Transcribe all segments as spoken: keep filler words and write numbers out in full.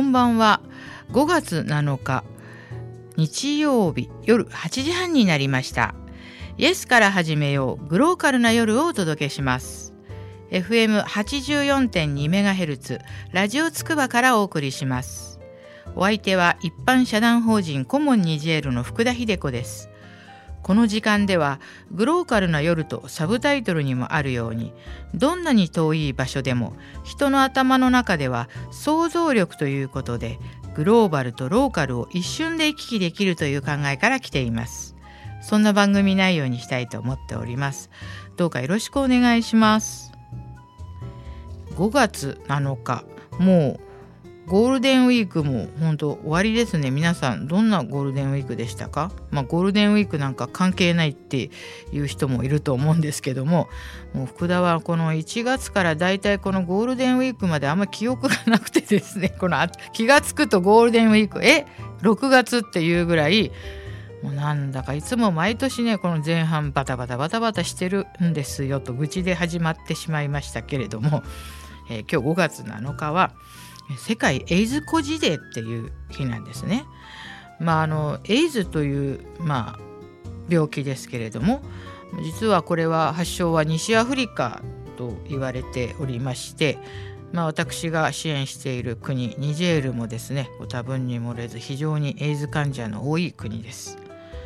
んばんは。ごがつなのか日曜日夜はちじはんになりました。イエスから始めようグローカルな夜をお届けします。 エフエムはちじゅうよんてんにメガヘルツ ラジオつくばからお送りします。お相手は一般社団法人コモンニジェールの福田秀子です。この時間ではグローカルな夜とサブタイトルにもあるように、どんなに遠い場所でも人の頭の中では想像力ということで、グローバルとローカルを一瞬で行き来できるという考えから来ています。そんな番組内容にしたいと思っております。どうかよろしくお願いします。ごがつなのか、もうゴールデンウィークも本当終わりですね。皆さんどんなゴールデンウィークでしたか？まあ、ゴールデンウィークなんか関係ないっていう人もいると思うんですけども、もう福田はこのいちがつからだいたいこのゴールデンウィークまであんま記憶がなくてですね、この気がつくとゴールデンウィークえろくがつっていうぐらい、もうなんだかいつも毎年ねこの前半バタバタバタバタしてるんですよと愚痴で始まってしまいましたけれども、えー、今日ごがつなのかは世界エイズ孤児デーっていう日なんですね。まあ、あのエイズという、まあ、病気ですけれども、実はこれは発症は西アフリカと言われておりまして、まあ、私が支援している国ニジェールもですね、ご多分に漏れず非常にエイズ患者の多い国です。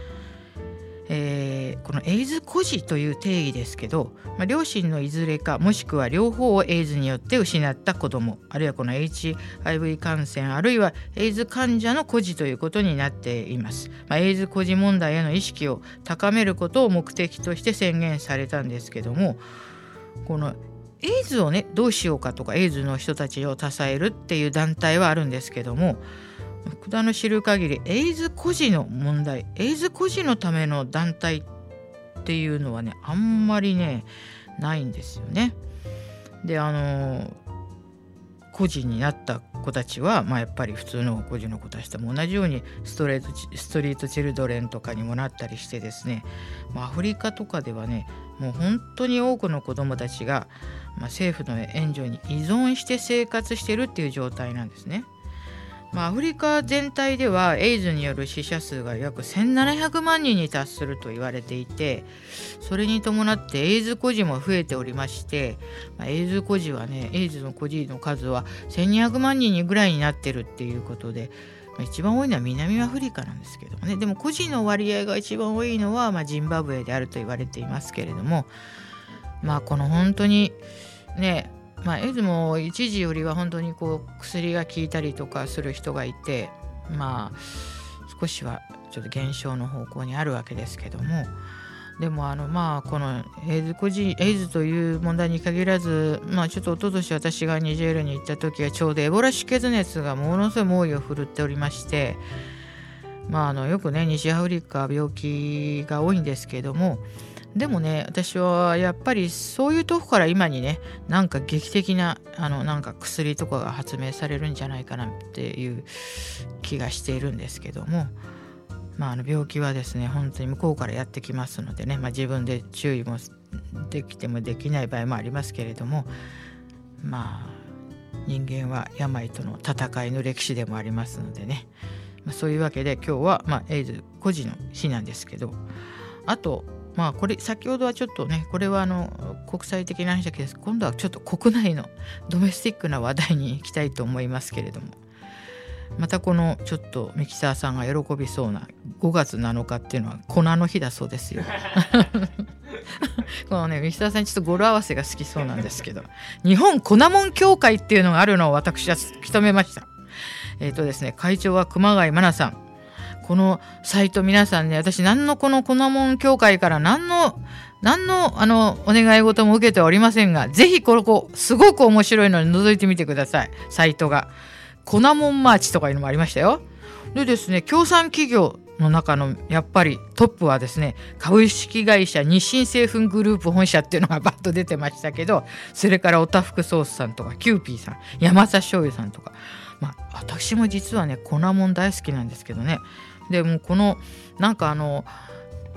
えー、このエイズ孤児という定義ですけど、まあ、両親のいずれかもしくは両方をエイズによって失った子ども、あるいはこの エイチアイブイ 感染、あるいはエイズ患者の孤児ということになっています。まあ、エイズ孤児問題への意識を高めることを目的として宣言されたんですけども、このエイズをねどうしようかとか、エイズの人たちを支えるっていう団体はあるんですけども、福田の知る限りエイズ孤児の問題、エイズ孤児のための団体っていうのはねあんまりねないんですよね。であの孤児になった子たちは、まあ、やっぱり普通の孤児の子たちとも同じようにストレートストリートチルドレンとかにもなったりしてですね、まあ、アフリカとかではねもう本当に多くの子どもたちが、まあ、政府の援助に依存して生活してるっていう状態なんですね。まあ、アフリカ全体ではエイズによる死者数が約せんななひゃくまんにんに達すると言われていて、それに伴ってエイズ孤児も増えておりまして、まあ、エイズ孤児はねエイズの孤児の数はせんにひゃくまんにんにぐらいになってるっていうことで、まあ、一番多いのは南アフリカなんですけどもね。でも孤児の割合が一番多いのは、まあ、ジンバブエであると言われていますけれども、まあこの本当にねまあ、エイズも一時よりは本当にこう薬が効いたりとかする人がいて、まあ少しはちょっと減少の方向にあるわけですけども、でもあのまあこのエイズ孤児エイズという問題に限らず、まあちょっと一昨年私がニジェールに行った時はちょうどエボラ出血熱がものすごい猛威を振るっておりまして、まああのよくね西アフリカ病気が多いんですけども、でもね私はやっぱりそういうとこから今にねなんか劇的なあのなんか薬とかが発明されるんじゃないかなっていう気がしているんですけども、まあ、あの病気はですね本当に向こうからやってきますのでね、まあ、自分で注意もできてもできない場合もありますけれども、まあ人間は病との戦いの歴史でもありますのでね、まあ、そういうわけで今日は、まあ、エイズ孤児の日なんですけど、あとまあこれ先ほどはちょっとねこれはあの国際的な話だけです。今度はちょっと国内のドメスティックな話題に行きたいと思いますけれども、またこのちょっとミキサーさんが喜びそうなごがつなのかっていうのは粉の日だそうですよこのねミキサーさんちょっと語呂合わせが好きそうなんですけど、日本粉もん協会っていうのがあるのを私は突き止めました。えっとですね会長は熊谷真奈さん。このサイト皆さんね、私何のこの粉もん協会から何の何のあのお願い事も受けておりませんが、ぜひこの子すごく面白いので覗いてみてください。サイトが粉もんマーチとかいうのもありましたよ。でですね協賛企業の中のやっぱりトップはですね株式会社日清製粉グループ本社っていうのがバッと出てましたけど、それからオタフクソースさんとかキューピーさん、山佐醤油さんとか、まあ私も実はね粉もん大好きなんですけどね。でもこのなんかあの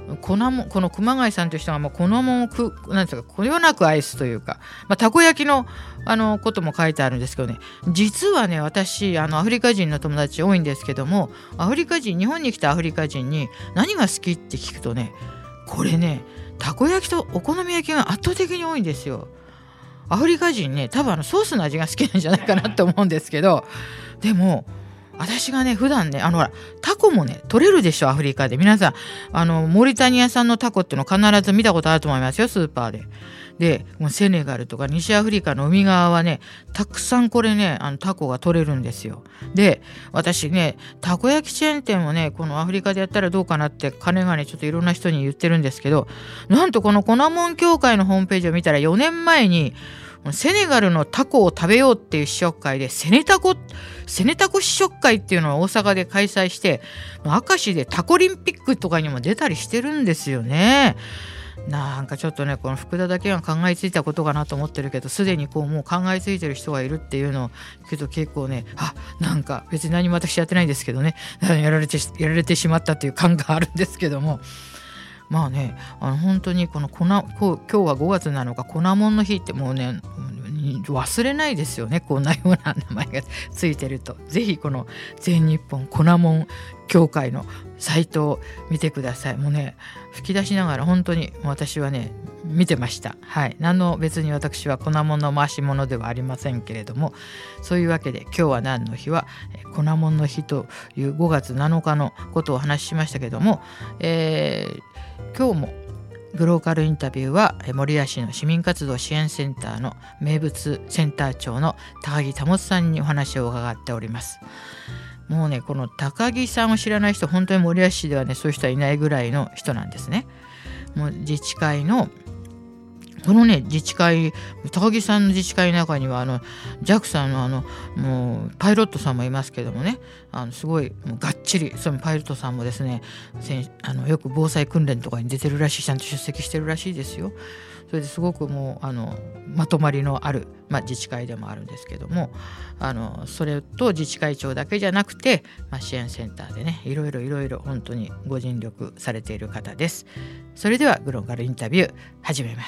粉もこの熊谷さんという人がもう粉もんをくなんですかこよなく愛すというか、まあ、たこ焼きのあのことも書いてあるんですけどね、実はね私あのアフリカ人の友達多いんですけども、アフリカ人日本に来たアフリカ人に何が好きって聞くとね、これねたこ焼きとお好み焼きが圧倒的に多いんですよ。アフリカ人ね多分あのソースの味が好きなんじゃないかなと思うんですけど、でも私がね普段ねあのほらタコもね取れるでしょアフリカで。皆さんあのモリタニア産のタコっていうの必ず見たことあると思いますよスーパーで。でもうセネガルとか西アフリカの海側はねたくさんこれねあのタコが取れるんですよ。で私ねたこ焼きチェーン店をねこのアフリカでやったらどうかなって金がねちょっといろんな人に言ってるんですけど、なんとこの粉もん協会のホームページを見たらよねんまえにセネガルのタコを食べようっていう試食会でセネタコセネタコ試食会っていうのを大阪で開催して、明石でタコリンピックとかにも出たりしてるんですよね。なんかちょっとねこの福田だけが考えついたことかなと思ってるけど、すでにこうもう考えついてる人がいるっていうのを聞くと結構ね、あなんか別に何も私やってないんですけどね、やられてやられてしまったっていう感があるんですけども、まあねあの本当にこの粉こう今日はごがつなのか粉もんの日ってもうね忘れないですよね。こんなような名前がついてるとぜひこの全日本粉もん協会のサイトを見てください。もうね吹き出しながら本当に私はね見てました。はい、何の別に私は粉もんの回し物ではありませんけれども、そういうわけで今日は何の日は粉もんの日というごがつなのかのことをお話ししましたけども、えー、今日もグローカルインタビューは守谷市の市民活動支援センターの名物センター長の高木保さんにお話を伺っております。もうねこの高木さんを知らない人本当に守谷市ではねそういう人はいないぐらいの人なんですね。もう自治会のこのね自治会高木さんの自治会の中にはあの ジャクサ のあのもうパイロットさんもいますけどもね、あのすごいもうがっちりそのパイロットさんもですねあのよく防災訓練とかに出てるらしい、ちゃんと出席してるらしいですよ。それですごくもうあのまとまりのある、まあ、自治会でもあるんですけども、あのそれと自治会長だけじゃなくて、まあ、支援センターでねいろいろいろいろ本当にご尽力されている方です。それではグローカルインタビュー始めます。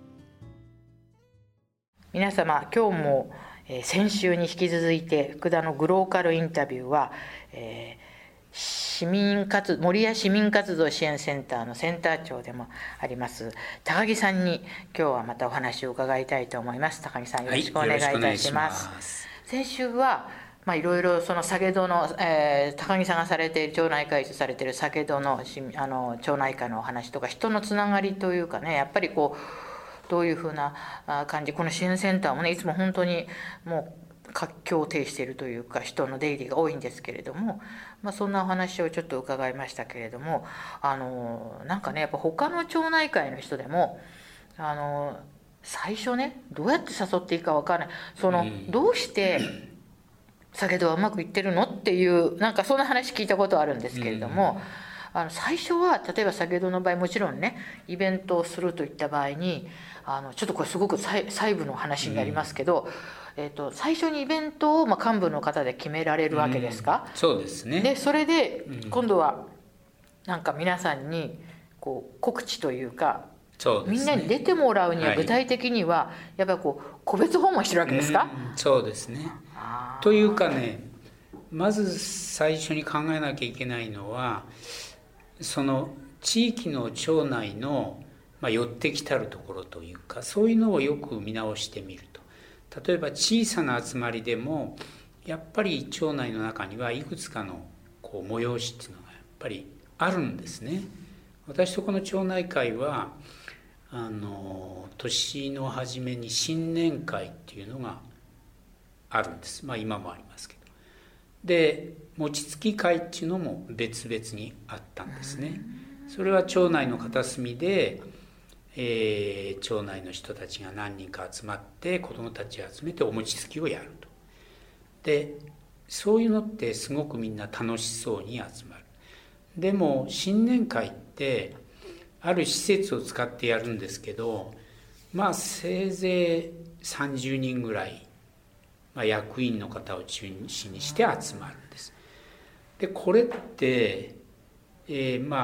皆様今日も、えー、先週に引き続いて福田のグローカルインタビューは、えー、市民活守谷市民活動支援センターのセンター長でもあります高木さんに今日はまたお話を伺いたいと思います。高木さんよろしくお願いいたします。はい、先週はまあ、いろいろその酒戸の、えー、高木さんがされている町内会とされている酒戸の、あの町内会のお話とか人のつながりというかね、やっぱりこうどういうふうな感じ、この支援センターもねいつも本当にもう活況を呈しているというか人の出入りが多いんですけれども、まあ、そんなお話をちょっと伺いましたけれども、あのなんかねやっぱ他の町内会の人でもあの最初ねどうやって誘っていいか分からない、そのどうして酒戸はうまくいってるのっていうなんかそんな話聞いたことあるんですけれども、あの最初は例えば酒戸の場合もちろんねイベントをするといった場合にあのちょっとこれすごく細部の話になりますけど、うんえー、と最初にイベントを、まあ、幹部の方で決められるわけですか、 うん、そうですね。 でそれで今度はなんか皆さんにこう告知というかそうですね、 みんなに出てもらうには具体的にはやっぱりこう個別訪問してるわけですか、 うん、そうですね。というかねまず最初に考えなきゃいけないのはその地域の町内の、まあ、寄ってきたるところというかそういうのをよく見直してみると、例えば小さな集まりでもやっぱり町内の中にはいくつかのこう催しっていうのがやっぱりあるんですね。私とこの町内会はあの年の初めに新年会っていうのがあるんです。まあ今もありますけど、で餅つき会っていうのも別々にあったんですね。それは町内の片隅で、えー、町内の人たちが何人か集まって子どもたちを集めてお餅つきをやると。でそういうのってすごくみんな楽しそうに集まる。でも新年会ってある施設を使ってやるんですけど、まあせいぜいさんじゅうにんぐらい、まあ、役員の方を中心にして集まるんです。でこれって、えー、まあ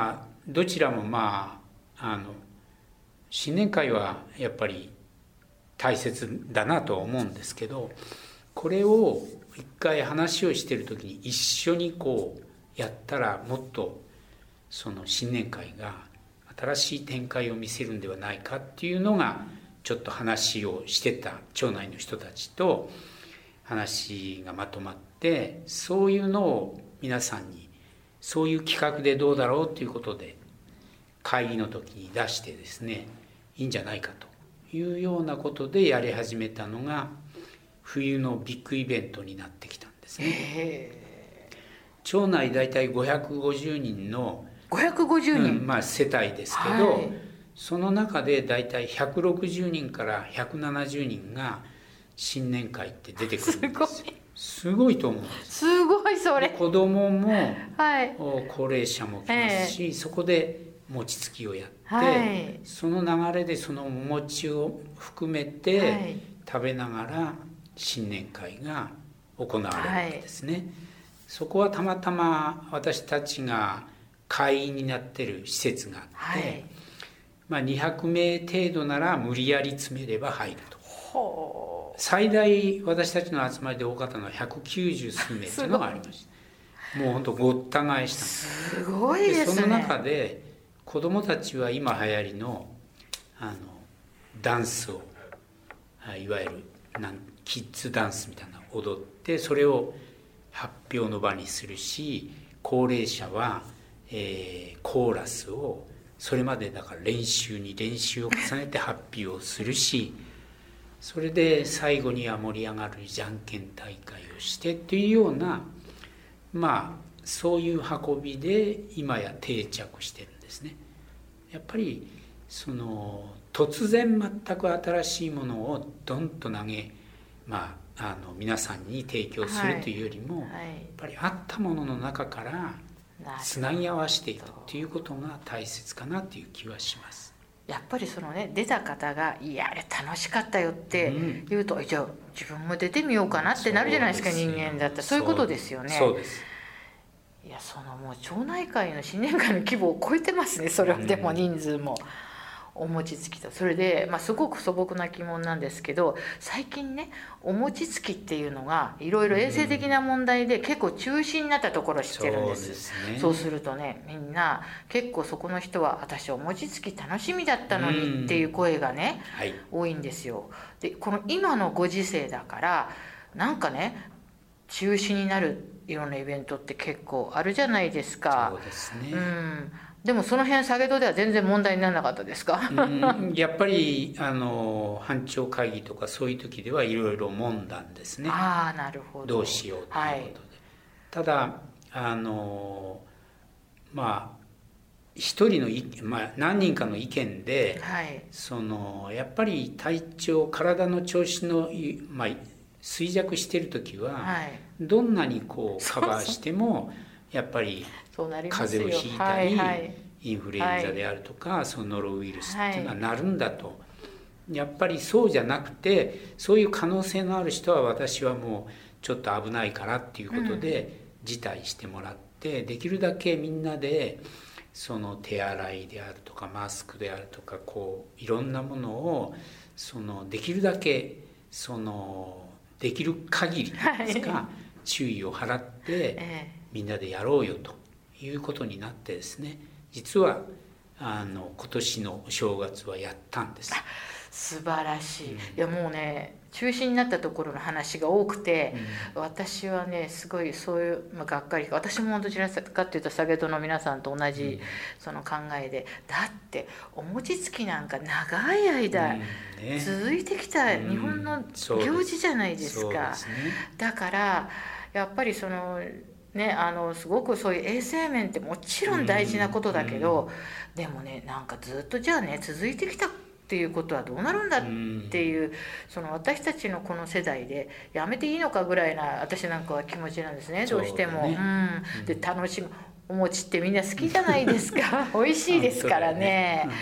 どちらもまああの新年会はやっぱり大切だなとは思うんですけど、これを一回話をしてる時に一緒にこうやったらもっとその新年会が新しい展開を見せるんではないかっていうのがちょっと話をしてた町内の人たちと話がまとまって、そういうのを皆さんにそういう企画でどうだろうということで会議の時に出してですね、いいんじゃないかというようなことでやり始めたのが冬のビッグイベントになってきたんですね。町内だいたいごひゃくごじゅうにんのごひゃくごじゅうにん、 うんまあ、世帯ですけど、 はい、 その中でだいたいひゃくろくじゅうにんからひゃくななじゅうにんが新年会って出てくるんです。すごいすごいと思うんです。 すごいそれ。 子供も、 はい、 高齢者も来ますし、えー、そこで餅つきをやって、 はい、 その流れでそのお餅を含めて、はい、食べながら新年会が行われるわけですね、はい、そこはたまたま私たちが会員になっている施設があって、はい、まあ、にひゃくめい程度なら無理やり詰めれば入ると。ほう。最大私たちの集まりで多かったのはひゃくきゅうじゅうすうめいというのがありました。もう本当ごった返したんです。 すごいですね。 でその中で子どもたちは今流行りのあのダンスをいわゆるなんキッズダンスみたいなのを踊って、それを発表の場にするし、高齢者は、えー、コーラスをそれまでだから練習に練習を重ねて発表をするし、それで最後には盛り上がるじゃんけん大会をしてっていうような、まあそういう運びで今や定着してるんですね。やっぱりその突然全く新しいものをドンと投げ、まあ、あの皆さんに提供するというよりも、はいはい、やっぱりあったものの中からつなぎ合わせていくっていうことが大切かなという気はします。 やっぱりそのね、出た方が「いやあれ楽しかったよ」って言うと、うん、じゃあ自分も出てみようかなってなるじゃないですか。人間だったらそういうことですよね。 そうです。 いや、そのもう町内会の新年会の規模を超えてますね。それはでも人数も。お餅つきと、それで、まあ、すごく素朴な疑問なんですけど、最近ねお餅つきっていうのがいろいろ衛生的な問題で結構中止になったところを知ってるんです。 そうですね。そうするとね、みんな結構そこの人は私お餅つき楽しみだったのにっていう声がね、はい、多いんですよ。でこの今のご時世だからなんかね中止になるいろんなイベントって結構あるじゃないですか。 そうですね、 うん、でもその辺下げ戸では全然問題にならなかったですか？ うん、やっぱりあの班長会議とかそういう時ではいろいろ揉んだんですね。 ああ、なるほど。 どうしようということで、はい、ただあのまあ一人の意見、まあ、何人かの意見で、はい、そのやっぱり体調体の調子の、まあ、衰弱している時は、はい、どんなにこうカバーしてもやっぱり風邪をひいたり、はいはい、インフルエンザであるとか、はい、そのノロウイルスっていうのはなるんだと、はい、やっぱりそうじゃなくて、そういう可能性のある人は私はもうちょっと危ないからっていうことで辞退してもらって、うん、できるだけみんなでその手洗いであるとかマスクであるとか、こういろんなものをそのできるだけそのできる限りですか、はい、注意を払って、ええ、みんなでやろうよということになってですね、実はあの今年のお正月はやったんです。 素晴らしい、うん、いやもうね中止になったところの話が多くて、うん、私はねすごいそういう、まあ、がっかり、私もどちらかっていうと下げ戸の皆さんと同じその考えで、うん、だってお餅つきなんか長い間続いてきた日本の行事じゃないですか、うん、そうですね、だからやっぱりそのね、あのすごくそういう衛生面ってもちろん大事なことだけど、うん、でもねなんかずっとじゃあね続いてきたっていうことはどうなるんだっていう、うん、その私たちのこの世代でやめていいのかぐらいな私なんかは気持ちなんですね、どうしても、ね、うん、で楽しむお餅ってみんな好きじゃないですか美味しいですからね、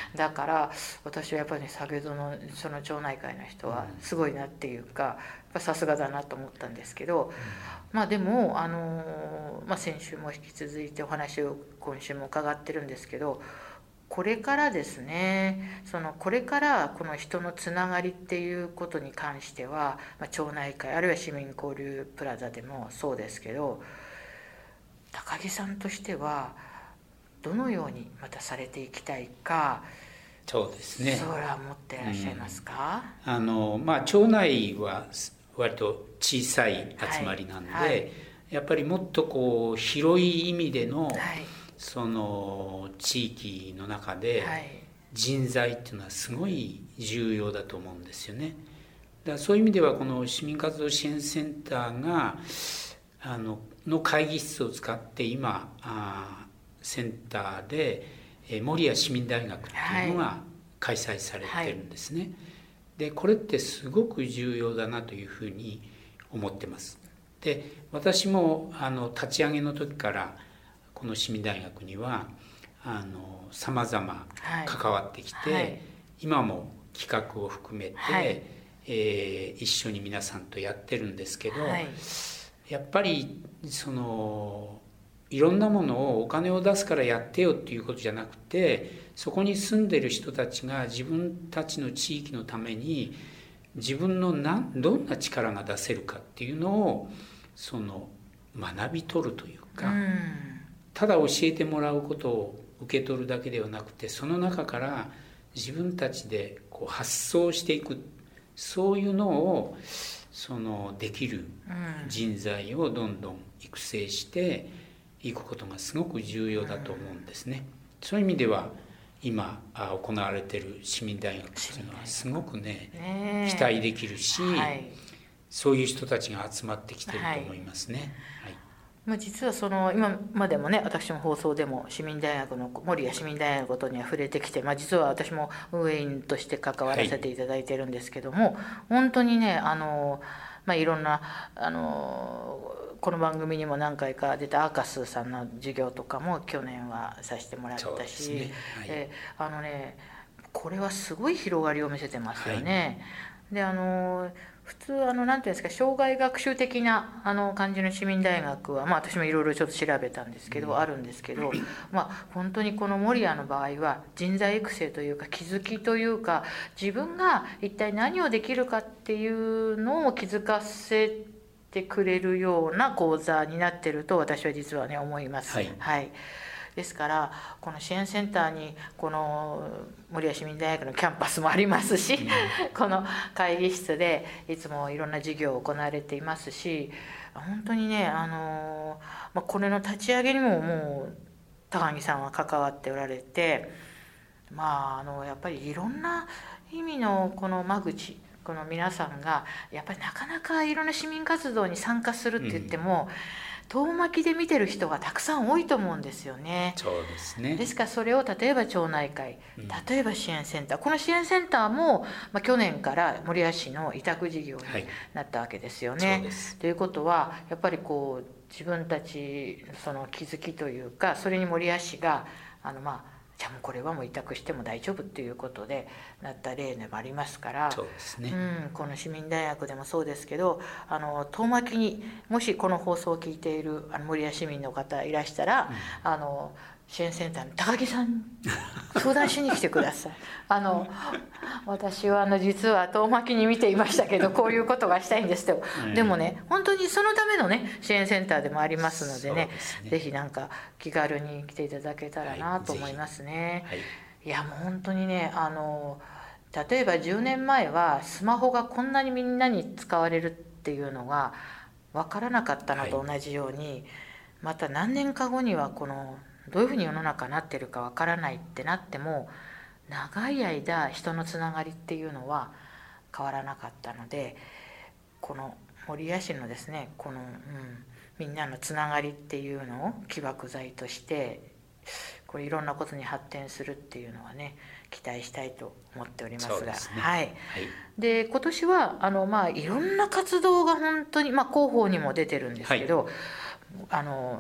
だから私はやっぱりね、先ほどのその町内会の人はすごいなっていうか、さすがだなと思ったんですけど、まあでもあの、まあ、先週も引き続いてお話を今週も伺ってるんですけど、これからですね、そのこれからこの人のつながりっていうことに関しては、まあ、町内会あるいは市民交流プラザでもそうですけど、高木さんとしてはどのようにまたされていきたいか、 そうですね、 それは持っていらっしゃいますか？ うん、あのまあ、町内は割と小さい集まりなんで、はいはい、やっぱりもっとこう広い意味での、はい、その地域の中で人材っていうのはすごい重要だと思うんですよね。だからそういう意味ではこの市民活動支援センターがあのの会議室を使って今あセンターで守谷市民大学っていうのが開催されてるんですね、はいはい、でこれってすごく重要だなというふうに思ってます。で私もあの立ち上げの時からこの市民大学にはあの様々関わってきて、はいはい、今も企画を含めて、はい、えー、一緒に皆さんとやってるんですけど、はい、やっぱりそのいろんなものをお金を出すからやってよっていうことじゃなくて、そこに住んでる人たちが自分たちの地域のために自分の何どんな力が出せるかっていうのをその学び取るというか、うん、ただ教えてもらうことを受け取るだけではなくて、その中から自分たちでこう発想していく、そういうのをそのできる人材をどんどん育成していくことがすごく重要だと思うんですね。そういう意味では今行われている市民大学というのはすごくね、ね期待できるし、はい、そういう人たちが集まってきていると思いますね。はいはい、 まあ、実はその今までもね、私も放送でも市民大学の守谷市民大学のことには触れてきて、まあ、実は私も運営員として関わらせていただいているんですけども、はい、本当にね、あの、まあ、いろんなあのこの番組にも何回か出たアーカスさんの授業とかも去年はさせてもらったし、ね、はい、えあのねこれはすごい広がりを見せてますよね。はい、であの普通あのなんていうんですか、生涯学習的なあの感じの市民大学は、まあ、私もいろいろちょっと調べたんですけど、うん、あるんですけど、まあ、本当にこの守谷の場合は人材育成というか気づきというか、自分が一体何をできるかっていうのを気づかせてくれるような講座になってると私は実はね思います。はい、はい、ですからこの支援センターにこの守谷市民大学のキャンパスもありますし、うん、この会議室でいつもいろんな授業を行われていますし、本当にねあの、まあ、これの立ち上げにももう高木さんは関わっておられて、まああのやっぱりいろんな意味のこの間口、この皆さんがやっぱりなかなかいろんな市民活動に参加するって言っても、うん、遠巻きで見てる人がたくさん多いと思うんですよね。 そうですね。 ですからそれを例えば町内会、例えば支援センター、この支援センターも、まあ、去年から守谷市の委託事業になったわけですよね。はい、そうです。ということはやっぱりこう自分たちその気づきというか、それに守谷市があのまあじゃあもうこれはもう委託しても大丈夫っていうことでなった例でもありますから、 そうですね、 うん、この市民大学でもそうですけど、あの遠巻きにもしこの放送を聞いているあの守谷市民の方いらしたら、うん、あの支援センターの高木さん相談しに来てください。あの私はあの実は遠巻きに見ていましたけど、こういうことがしたいんですと、うん、でもね本当にそのためのね支援センターでもありますのでね、ねぜひなんか気軽に来ていただけたらなと思いますね。はい、はい、いやもう本当にね、あの例えばじゅうねんまえはスマホがこんなにみんなに使われるっていうのが分からなかったのと同じように、はい、また何年か後にはこのどういうふうに世の中になってるかわからないってなっても、長い間人のつながりっていうのは変わらなかったので、この守谷市のですねこの、うん、みんなのつながりっていうのを起爆剤としてこれいろんなことに発展するっていうのはね期待したいと思っておりますが、そうですね、はい、はい、で今年はあの、まあ、いろんな活動が本当に、まあ、広報にも出てるんですけど、はい、あの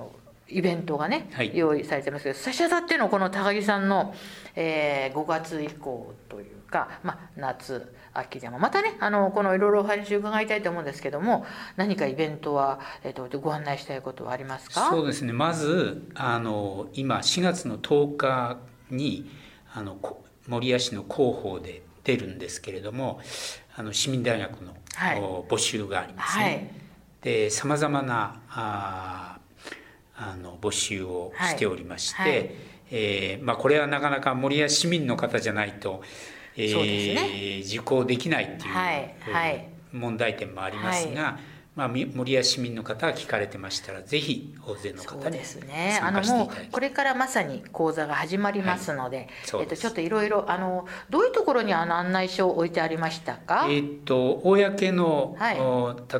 イベントがね、 はい、 用意されてますけど、差し当たってのこの高木さんの、えー、ごがつ以降というか、まあ、夏秋でもまたね、あのこのいろいろお話伺いたいと思うんですけども、何かイベントは、えー、とご案内したいことはありますか？ そうですね、まずあの今しがつのとおかにあの守谷市の広報で出るんですけれども、あの市民大学の、はい、募集がありますね。はい、でさまざまなああの募集をしておりまして、はいはい、えーまあ、これはなかなか守谷市民の方じゃないと、えーね、受講できないっていう、はいはい、問題点もありますが、はい、まあ、守谷市民の方が聞かれてましたらぜひ大勢の方に参加していただきたい。 そうですね、あのもうこれからまさに講座が始まりますので、はい、えっと、ちょっといろいろあのどういうところにあの案内書を置いてありましたか？ えー、っと公の、はい、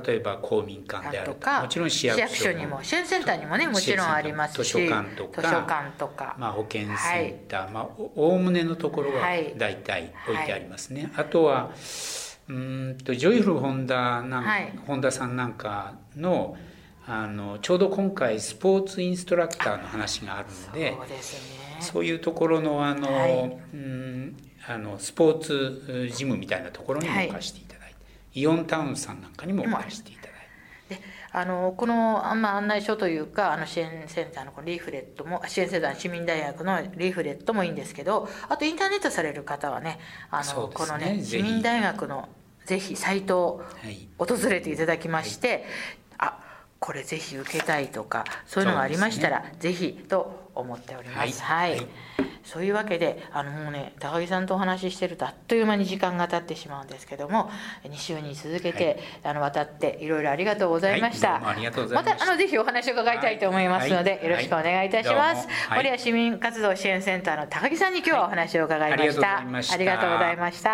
例えば公民館であるとか、もちろん市役 所, 市役所にも支援センターにもねもちろんありますし、 図書館とか、 図書館とか、 まあ、保健センター、はい、まあ、おおむねのところは大体置いてありますね。はいはい、あとはうんとジョイフルホンダなん、はい、ホンダさんなんか の, あのちょうど今回スポーツインストラクターの話があるので、そうですね、そういうところのあの、はい、うんあのスポーツジムみたいなところにも貸していただいて、はい、イオンタウンさんなんかにも貸していただいて、 であのこの、まあ、案内書というかあの支援センターのこのリーフレットも、支援センターの市民大学のリーフレットもいいんですけど、あとインターネットされる方はね、あの、ね、このね市民大学のぜひサイトを訪れていただきまして、はいはい、あこれぜひ受けたいとかそういうのがありましたら、ね、ぜひと思っております。はい、はいはい、そういうわけであのもうね高木さんとお話ししてるとあっという間に時間が経ってしまうんですけども、に週に続けて、はい、あの渡っていろいろありがとうございました。 はい、ありがとうございました。 またあのぜひお話を伺いたいと思いますので、はい、よろしくお願いいたします。守谷市民活動支援センターの高木さんに今日はお話を伺いました。はい、ありがとうございました。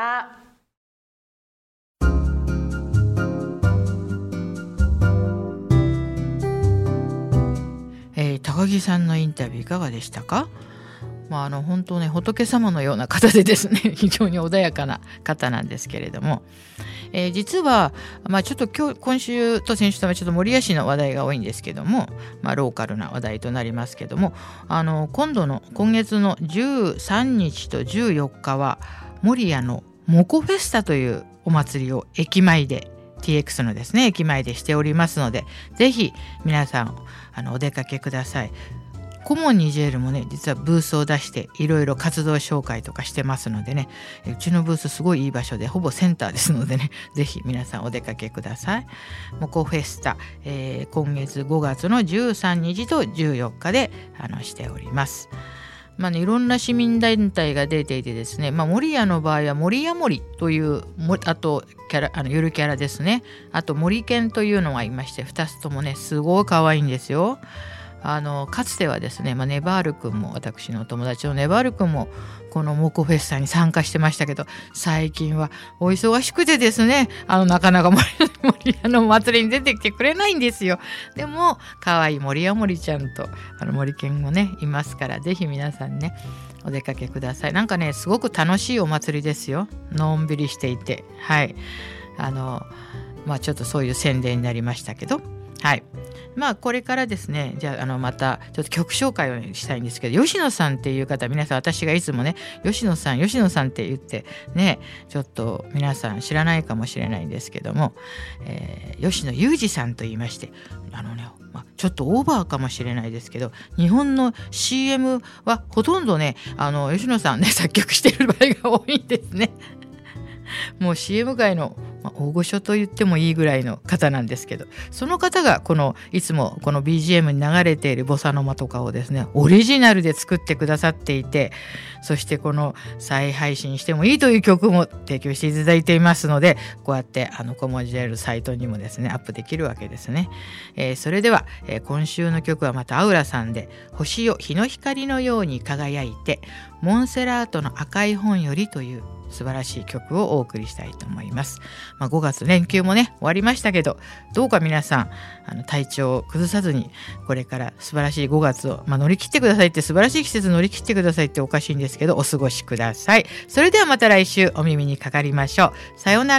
えー、高木さんのインタビューいかがでしたか？まあ、あの本当ね仏様のような方でですね非常に穏やかな方なんですけれども、えー、実は、まあ、ちょっと今日今週と先週とはちょっと守谷市の話題が多いんですけども、まあ、ローカルな話題となりますけども、あの今度の今月のじゅうさんにちとじゅうよっかは守谷のモコフェスタというお祭りを駅前でティーエックス のですね駅前でしておりますので、ぜひ皆さんあのお出かけください。コモンニジェールもね実はブースを出していろいろ活動紹介とかしてますのでね、うちのブースすごいいい場所でほぼセンターですのでね、ぜひ皆さんお出かけください。モコフェスタ、えー、今月ごがつのじゅうさんにちとじゅうよっかであのしております。まあね、いろんな市民団体が出ていてですね、まあ、守谷の場合は守谷森というあとキャラあのゆるキャラですね、あと森犬というのがいまして、ふたつともねすごい可愛いんですよ。あのかつてはですね、まあ、ネバール君も私のお友達のネバール君もこのモコフェスタに参加してましたけど、最近はお忙しくてですね、あのなかなか守谷の祭りに出てきてくれないんですよ。でも可愛い守谷森ちゃんとあの森犬もねいますから、ぜひ皆さんねお出かけください。なんかねすごく楽しいお祭りですよ。のんびりしていて、はいあのまあちょっとそういう宣伝になりましたけど、はい、まあこれからですね、じゃあ、あのまたちょっと曲紹介をしたいんですけど、吉野さんっていう方、皆さん私がいつもね吉野さん吉野さんって言ってね、ちょっと皆さん知らないかもしれないんですけども、えー、吉野裕二さんと言いまして、あのね、まあ、ちょっとオーバーかもしれないですけど、日本の シーエム はほとんどねあの吉野さんね作曲してる場合が多いんですね。もう シーエム 界の大御所と言ってもいいぐらいの方なんですけど、その方がこのいつもこの ビージーエム に流れているボサノマとかをですねオリジナルで作ってくださっていて、そしてこの再配信してもいいという曲も提供していただいていますので、こうやってあのコモンジェルサイトにもですねアップできるわけですね。えー、それでは、えー、今週の曲はまたアウラさんで星よ日の光のように輝いて、モンセラートの赤い本よりという素晴らしい曲をお送りしたいと思います。まあ、ごがつ連休もね終わりましたけど、どうか皆さんあの体調を崩さずにこれから素晴らしいごがつを、まあ、乗り切ってくださいって、素晴らしい季節乗り切ってくださいっておかしいんですけど、お過ごしください。それではまた来週お耳にかかりましょう。さような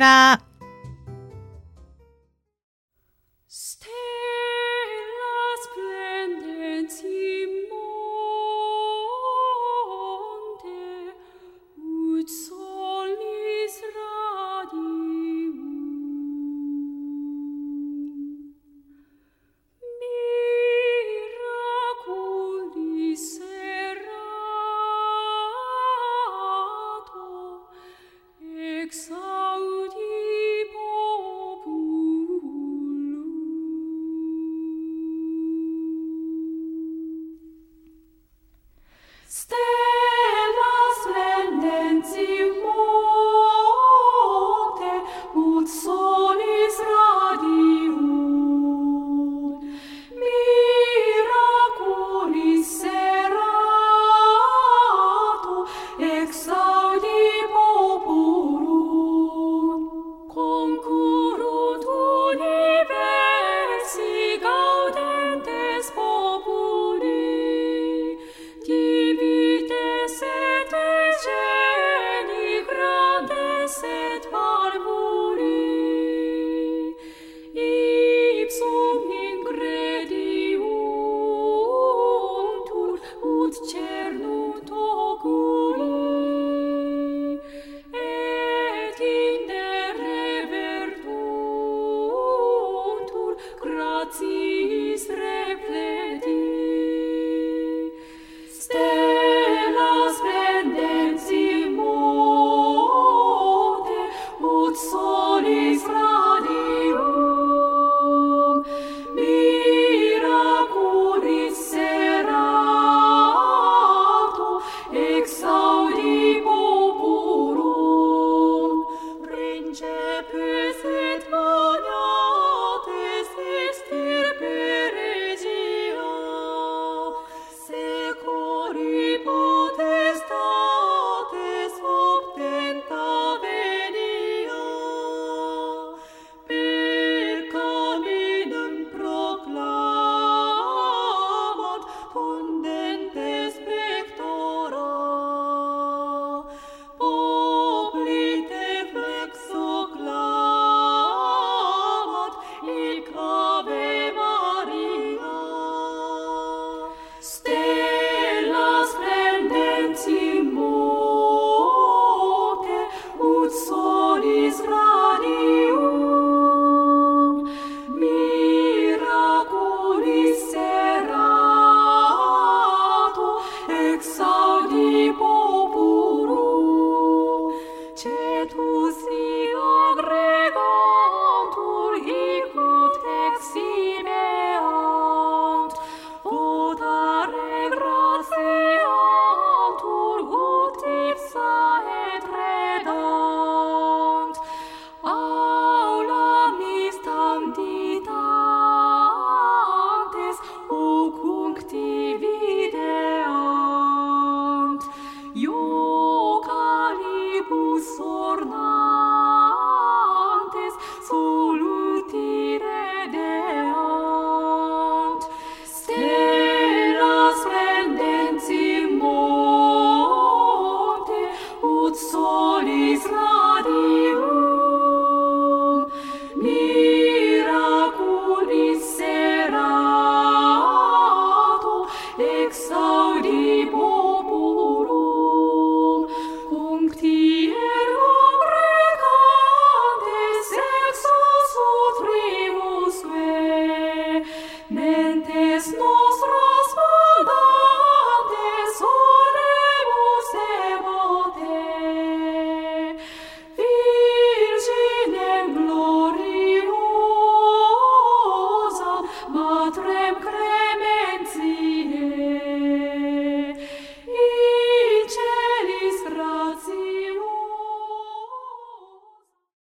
ら。Stella splendens nobis gradii